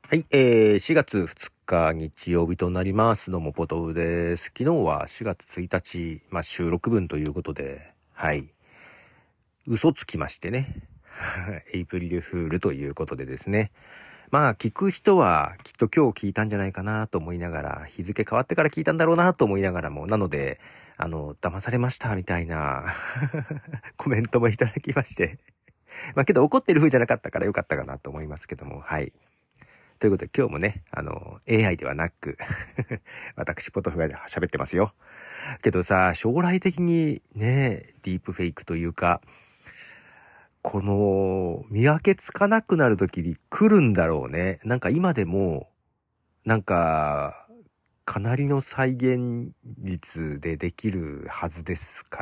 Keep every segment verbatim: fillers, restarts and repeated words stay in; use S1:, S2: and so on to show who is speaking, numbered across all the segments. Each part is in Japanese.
S1: はい、えー、しがつふつか日曜日となります。どうもポトフです。昨日はしがつついたち、まあ、収録分ということで、はい、嘘つきましてね。エイプリルフールということでですね。まあ、聞く人はきっと今日聞いたんじゃないかなと思いながら、日付変わってから聞いたんだろうなと思いながらも、なので、あの、騙されましたみたいなコメントもいただきまして。まあけど怒ってる風じゃなかったからよかったかなと思いますけども、はい。ということで今日もね、あの、エーアイ ではなく、私ポトフが喋ってますよ。けどさ、将来的にね、ディープフェイクというか、この、見分けつかなくなる時に来るんだろうね。なんか今でも、なんか、かなりの再現率でできるはずですから、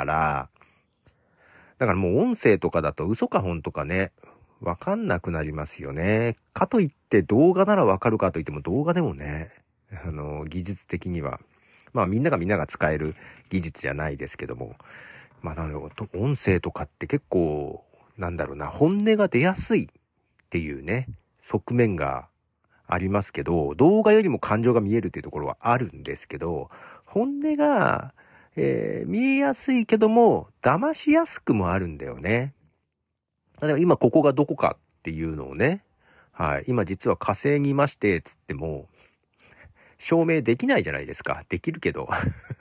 S1: だからもう音声とかだと嘘か本とかね、わかんなくなりますよね。かといって動画ならわかるかといっても動画でもね、あの、技術的には、まあみんながみんなが使える技術じゃないですけども、まあなので、音声とかって結構、なんだろうな、本音が出やすいっていうね、側面がありますけど、動画よりも感情が見えるっていうところはあるんですけど、本音が、えー見えやすいけども、騙しやすくもあるんだよね。例えば今ここがどこかっていうのをね、はい、今実は火星にいまして、つっても、証明できないじゃないですか。できるけど。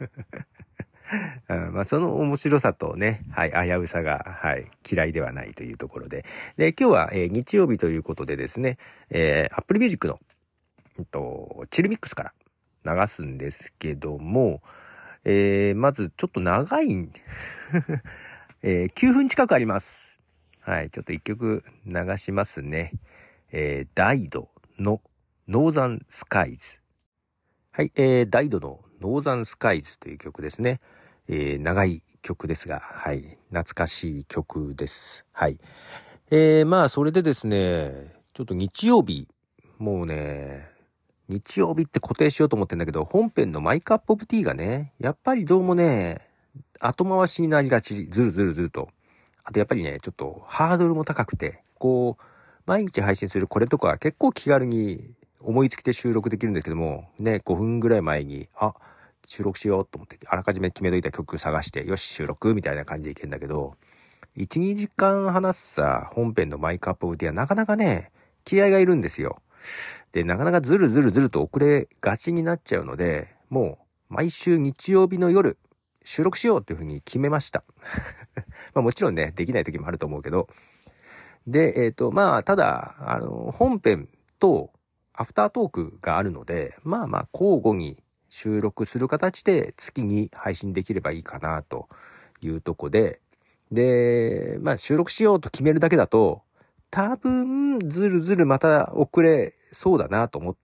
S1: うんまあ、その面白さとね、はい、危うさが、はい、嫌いではないというところで。で、今日は、えー日曜日ということでですね、えー、Apple Music の、えっと、チルミックスから流すんですけども、えー、まずちょっと長いん、えー、きゅうふん近くあります。はい、ちょっと一曲流しますね。えー、ダイドのノーザンスカイズ。はい、えー、ダイドのノーザンスカイズという曲ですね。えー、長い曲ですが、はい、懐かしい曲です。はい。えー、まあ、それでですね、ちょっと日曜日、もうね、日曜日って固定しようと思ってんだけど、本編のマイクアップオブティーがね、やっぱりどうもね、後回しになりがち、ずるずるずると。あとやっぱりね、ちょっとハードルも高くて、こう、毎日配信するこれとか結構気軽に思いつきで収録できるんですけども、ね、ごふんぐらい前に、あ、収録しようと思って、あらかじめ決めといた曲探して、よし、収録みたいな感じでいけるんだけど、いち、にじかん話すさ、本編のマイクアップオブティはなかなかね、気合がいるんですよ。で、なかなかずるずるずると遅れがちになっちゃうので、もう毎週日曜日の夜、収録しようっていうふうに決めました。まあもちろんね、できない時もあると思うけど。で、えっと、まあ、ただ、あの、本編とアフタートークがあるので、まあまあ、交互に収録する形で月に配信できればいいかなというとこで、で、まあ収録しようと決めるだけだと、多分、ずるずるまた遅れそうだなと思って、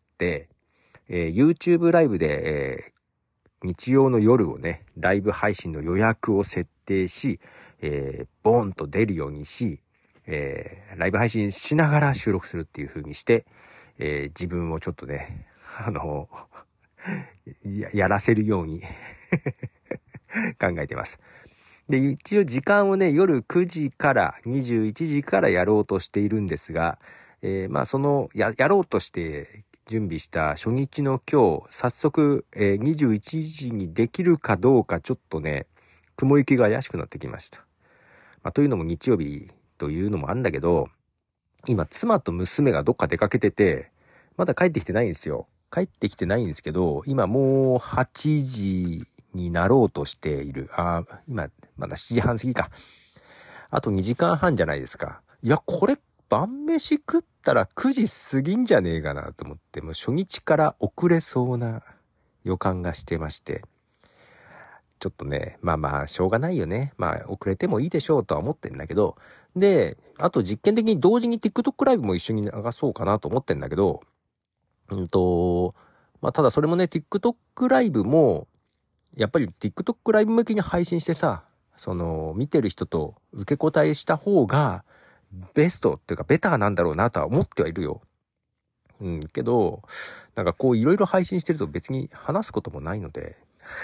S1: えー YouTube ライブで、えー日曜の夜をね、ライブ配信の予約を設定し、えーボーンと出るようにし、えーライブ配信しながら収録するっていう風にして、えー自分をちょっとね、あの、や、やらせるように考えてます。で、一応時間をね、夜くじからにじゅういちじからやろうとしているんですが、えーまあその、や、やろうとして準備した初日の今日、早速、えーにじゅういちじにできるかどうかちょっとね、雲行きが怪しくなってきました。まあというのも日曜日というのもあるんだけど、今妻と娘がどっか出かけてて、まだ帰ってきてないんですよ。帰ってきてないんですけど、今もうはちじになろうとしている。ああ、今、まだしちじはん過ぎか。あとにじかんはんじゃないですか。いや、これ、晩飯食ったらくじ過ぎんじゃねえかなと思って、もう初日から遅れそうな予感がしてまして。ちょっとね、まあまあ、しょうがないよね。まあ、遅れてもいいでしょうとは思ってんだけど、で、あと実験的に同時に TikTok ライブも一緒に流そうかなと思ってんだけど、うんと、まあ、ただそれもね、TikTok ライブも、やっぱり TikTok ライブ向けに配信してさ、その、見てる人と受け答えした方が、ベストっていうか、ベターなんだろうなとは思ってはいるよ。うん、けど、なんかこういろいろ配信してると別に話すこともないので、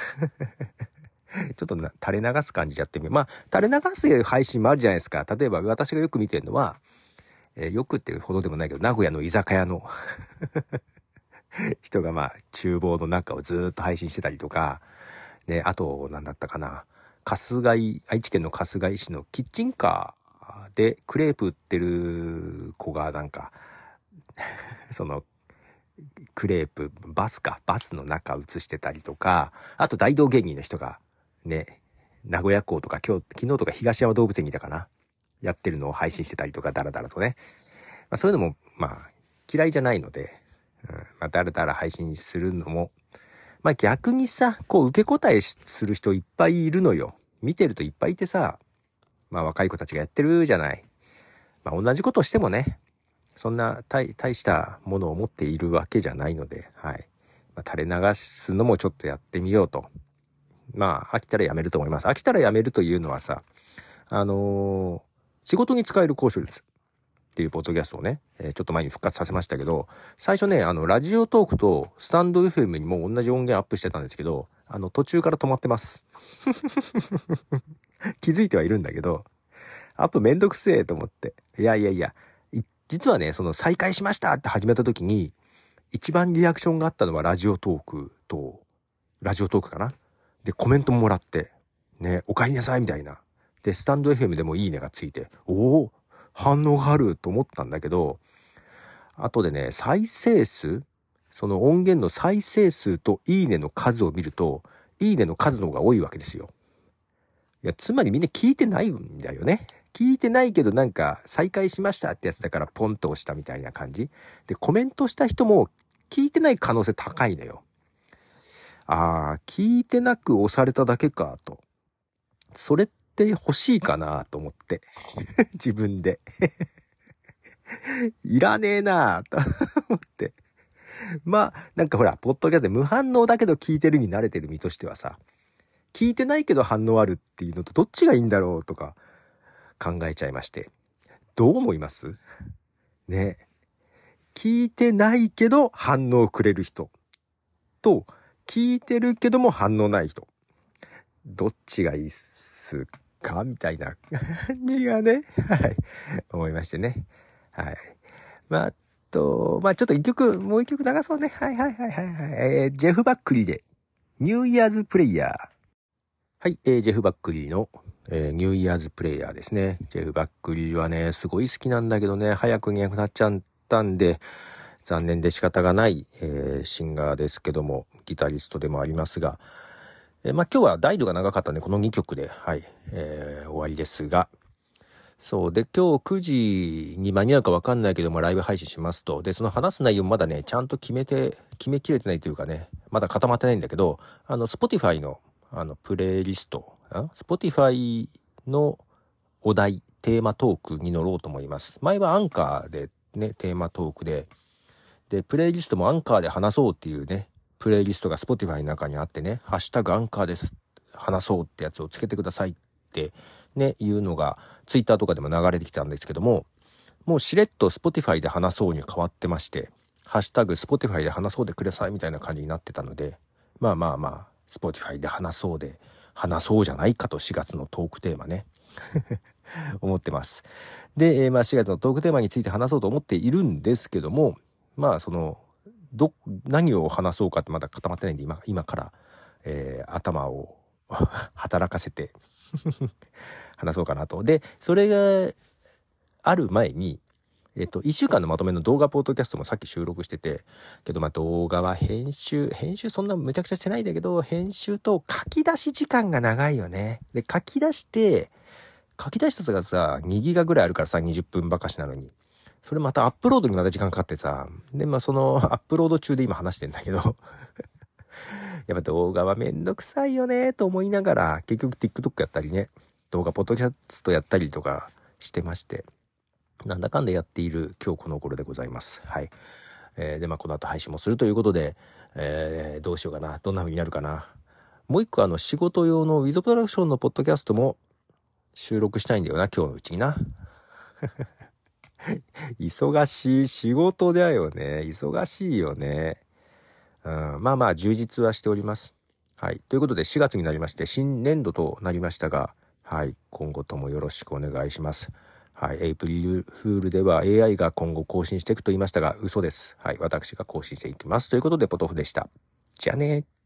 S1: ちょっとな垂れ流す感じでやってみる。まあ、垂れ流す配信もあるじゃないですか。例えば私がよく見てるのは、 えー、よくっていうほどでもないけど、名古屋の居酒屋の人がまあ、厨房の中をずーっと配信してたりとか、ね、あと、なんだったかな。春日井、愛知県の春日井市のキッチンカーでクレープ売ってる子がなんか、その、クレープ、バスか、バスの中映してたりとか、あと大道芸人の人が、ね、名古屋港とか今日、昨日とか東山動物園にいたかな。やってるのを配信してたりとか、だらだらとね。まあそういうのも、まあ、嫌いじゃないので、うん、まあだらだら配信するのも、まあ逆にさ、こう受け答えする人いっぱいいるのよ。見てるといっぱいいてさ、まあ若い子たちがやってるじゃない。まあ同じことをしてもね、そんな大、大したものを持っているわけじゃないので、はい。まあ、垂れ流すのもちょっとやってみようと。まあ飽きたらやめると思います。飽きたらやめるというのはさ、あのー、仕事に使える講習ですっていうポッドキャストをね、えー、ちょっと前に復活させましたけど、最初ね、あの、ラジオトークとスタンド エフエム にも同じ音源アップしてたんですけど、あの、途中から止まってます。気づいてはいるんだけど、アップめんどくせえと思って。いやいやいや、実はね、その再開しましたって始めた時に、一番リアクションがあったのはラジオトークと、ラジオトークかな。で、コメントももらって、ね、お帰りなさいみたいな。で、スタンド エフエム でもいいねがついて、おお、反応があると思ったんだけど、後でね、再生数、その音源の再生数といいねの数を見ると、いいねの数の方が多いわけですよ。いや、つまりみんな聞いてないんだよね。聞いてないけどなんか再開しましたってやつだからポンと押したみたいな感じ。で、コメントした人も聞いてない可能性高いのよ。ああ、聞いてなく押されただけかと。それって欲しいかなと思って。自分で。いらねえなと思って。まあ、なんかほら、ポッドキャストで無反応だけど聞いてるに慣れてる身としてはさ、聞いてないけど反応あるっていうのとどっちがいいんだろうとか考えちゃいまして。どう思いますね。聞いてないけど反応くれる人と、聞いてるけども反応ない人。どっちがいいっすかみたいな感じがね、はい、思いましてね。はい。まあ、と、まあちょっと一曲、もう一曲流そうね。はいはいはいはいはい。えー、ジェフ・バックリーで、ニューイヤーズ・プレイヤー。はい、えー、ジェフ・バックリーの、えー、ニューイヤーズ・プレイヤーですね。ジェフ・バックリーはね、すごい好きなんだけどね、早くいなくなっちゃったんで、残念で仕方がない、えー、シンガーですけども、ギタリストでもありますが、えー、まあ今日は大度が長かったんで、このにきょくで、はい、えー、終わりですが、そう。で、今日くじに間に合うか分かんないけども、ライブ配信しますと。で、その話す内容もまだね、ちゃんと決めて、決めきれてないというかね、まだ固まってないんだけど、あの、Spotify の、あの、プレイリスト、Spotify のお題、テーマトークに乗ろうと思います。前はアンカーでね、テーマトークで、で、プレイリストもアンカーで話そうっていうね、プレイリストが Spotify の中にあってね、ハッシュタグアンカーで話そうってやつをつけてくださいってね、いうのが、ツイッターとかでも流れてきたんですけども、もうしれっと Spotify で話そうに変わってまして、ハッシュタグ Spotify で話そうでくださいみたいな感じになってたので、まあまあまあ、Spotify で話そうで、話そうじゃないかとしがつのトークテーマね、思ってます。で、えー、まあしがつのトークテーマについて話そうと思っているんですけども、まあその、ど、何を話そうかってまだ固まってないんで、今、今から、えー、頭を働かせて話そうかなと。で、それがある前に、えっと、いっしゅうかんのまとめの動画ポッドキャストもさっき収録してて、けどまあ動画は編集、編集そんなむちゃくちゃしてないんだけど、編集と書き出し時間が長いよね。で、書き出して、書き出したやつがさ、にギガぐらいあるからさ、にじゅっぷんばかしなのに。それまたアップロードにまた時間かかってさ、で、まあそのアップロード中で今話してんだけど、やっぱ動画はめんどくさいよねと思いながら、結局 TikTok やったりね、動画ポッドキャストやったりとかしてまして、なんだかんだやっている今日この頃でございます。はい。えー、で、まあこの後配信もするということで、えー、どうしようかな。どんな風になるかな。もう一個あの仕事用のウィズプロダクションのポッドキャストも収録したいんだよな、今日のうちにな。忙しい仕事だよね。忙しいよね。うん、まあまあ充実はしております。はい。ということでしがつになりまして新年度となりましたが、はい。今後ともよろしくお願いします。 はい。エイプリルフールでは エーアイ が今後更新していくと言いましたが、嘘です。はい。私が更新していきます。ということで、ポトフでした。じゃあね。